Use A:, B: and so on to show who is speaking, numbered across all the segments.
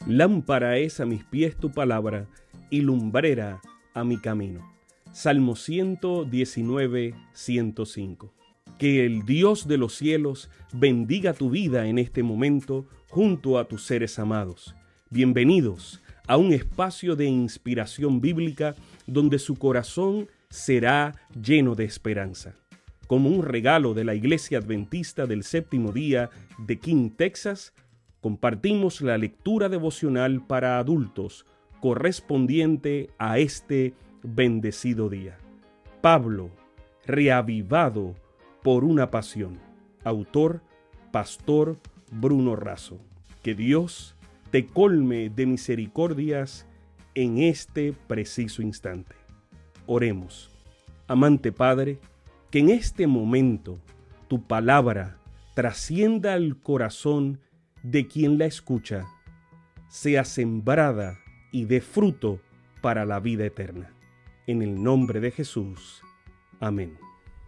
A: Lámpara es a mis pies tu palabra y lumbrera a mi camino. Salmo 119, 105. Que el Dios de los cielos bendiga tu vida en este momento junto a tus seres amados. Bienvenidos a un espacio de inspiración bíblica donde su corazón será lleno de esperanza. Como un regalo de la Iglesia Adventista del Séptimo Día de King, Texas, compartimos la lectura devocional para adultos correspondiente a este bendecido día. Pablo, reavivado por una pasión. Autor, Pastor Bruno Razo. Que Dios te colme de misericordias en este preciso instante. Oremos. Amante Padre, que en este momento tu palabra trascienda al corazón de quien la escucha, sea sembrada y dé fruto para la vida eterna. En el nombre de Jesús. Amén.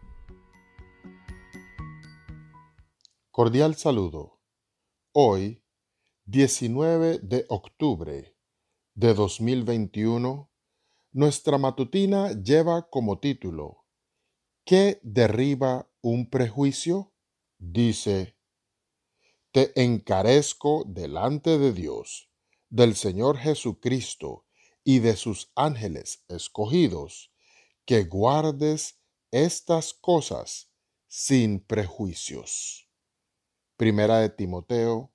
B: Cordial saludo. Hoy, 19 de octubre de 2021, nuestra matutina lleva como título ¿Qué derriba un prejuicio? Dice: Te encarezco delante de Dios, del Señor Jesucristo y de sus ángeles escogidos, que guardes estas cosas sin prejuicios. Primera de Timoteo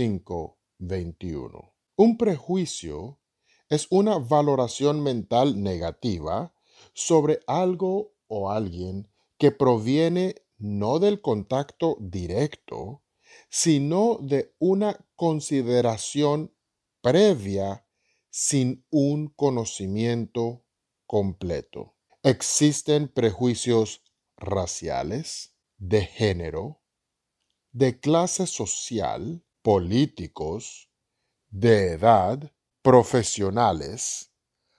B: 5:21. Un prejuicio es una valoración mental negativa sobre algo o alguien que proviene no del contacto directo, sino de una consideración previa sin un conocimiento completo. Existen prejuicios raciales, de género, de clase social, políticos, de edad, profesionales,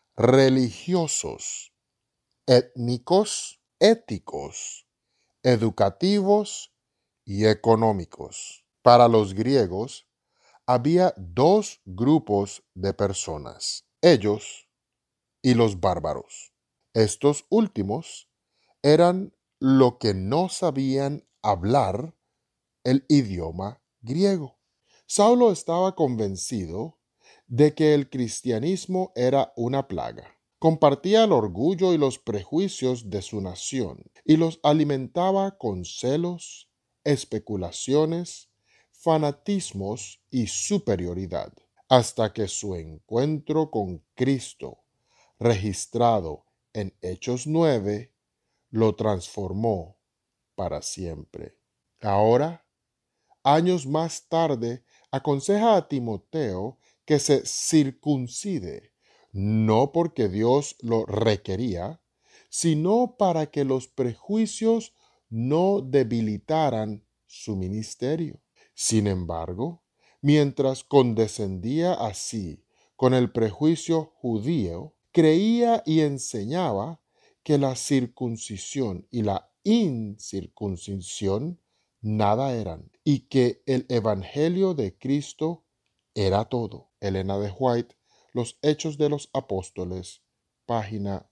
B: religiosos, étnicos, éticos, educativos y económicos. Para los griegos había dos grupos de personas, ellos y los bárbaros. Estos últimos eran los que no sabían hablar el idioma griego. Saulo estaba convencido de que el cristianismo era una plaga. Compartía el orgullo y los prejuicios de su nación y los alimentaba con celos, especulaciones, fanatismos y superioridad, hasta que su encuentro con Cristo, registrado en Hechos 9, lo transformó para siempre. Ahora, años más tarde, aconseja a Timoteo que se circuncide, no porque Dios lo requería, sino para que los prejuicios no debilitaran su ministerio. Sin embargo, mientras condescendía así con el prejuicio judío, creía y enseñaba que la circuncisión y la incircuncisión nada eran, y que el Evangelio de Cristo era todo. Elena de White, Los Hechos de los Apóstoles, página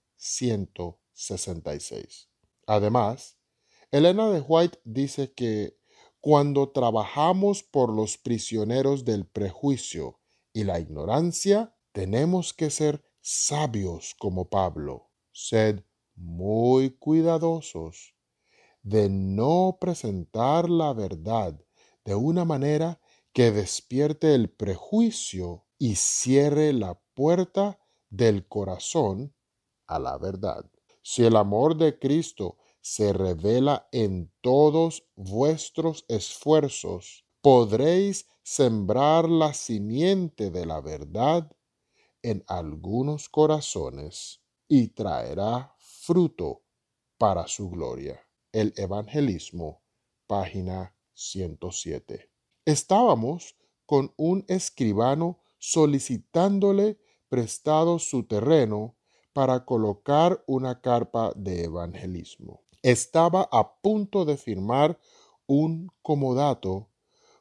B: 166. Además, Elena de White dice que cuando trabajamos por los prisioneros del prejuicio y la ignorancia, tenemos que ser sabios como Pablo. Sed muy cuidadosos de no presentar la verdad de una manera que despierte el prejuicio y cierre la puerta del corazón a la verdad. Si el amor de Cristo se revela en todos vuestros esfuerzos, podréis sembrar la simiente de la verdad en algunos corazones y traerá fruto para su gloria. El Evangelismo, página 107. Estábamos con un escribano solicitándole prestado su terreno para colocar una carpa de evangelismo. Estaba a punto de firmar un comodato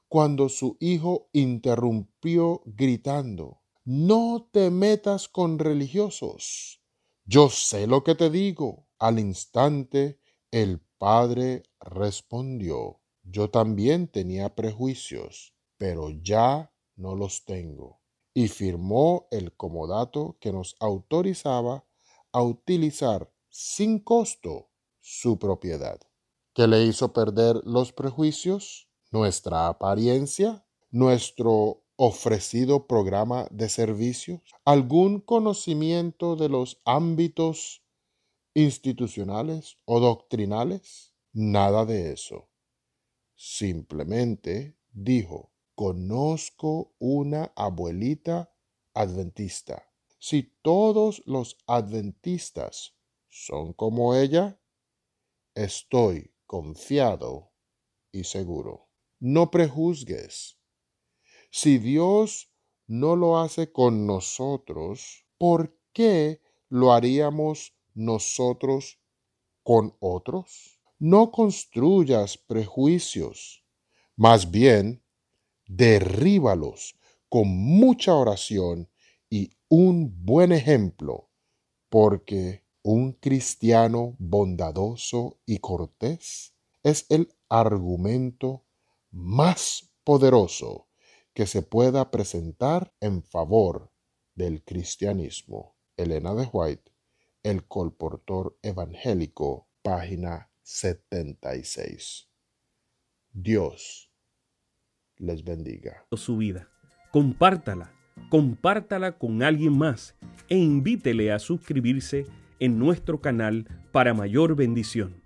B: cuando su hijo interrumpió gritando: «No te metas con religiosos. Yo sé lo que te digo». Al instante, el padre respondió: «Yo también tenía prejuicios, pero ya no los tengo». Y firmó el comodato que nos autorizaba a utilizar sin costo su propiedad. ¿Qué le hizo perder los prejuicios? Nuestra apariencia, nuestro ofrecido programa de servicios, algún conocimiento de los ámbitos institucionales o doctrinales. Nada de eso. Simplemente dijo: «Conozco una abuelita adventista. Si todos los adventistas son como ella, estoy confiado y seguro». No prejuzgues. Si Dios no lo hace con nosotros, ¿por qué lo haríamos nosotros con otros? No construyas prejuicios, más bien derríbalos con mucha oración y un buen ejemplo, porque un cristiano bondadoso y cortés es el argumento más poderoso que se pueda presentar en favor del cristianismo. Elena de White, El colportor evangélico, página 76. Dios les bendiga.
A: Su vida. Compártala con alguien más e invítele a suscribirse en nuestro canal para mayor bendición.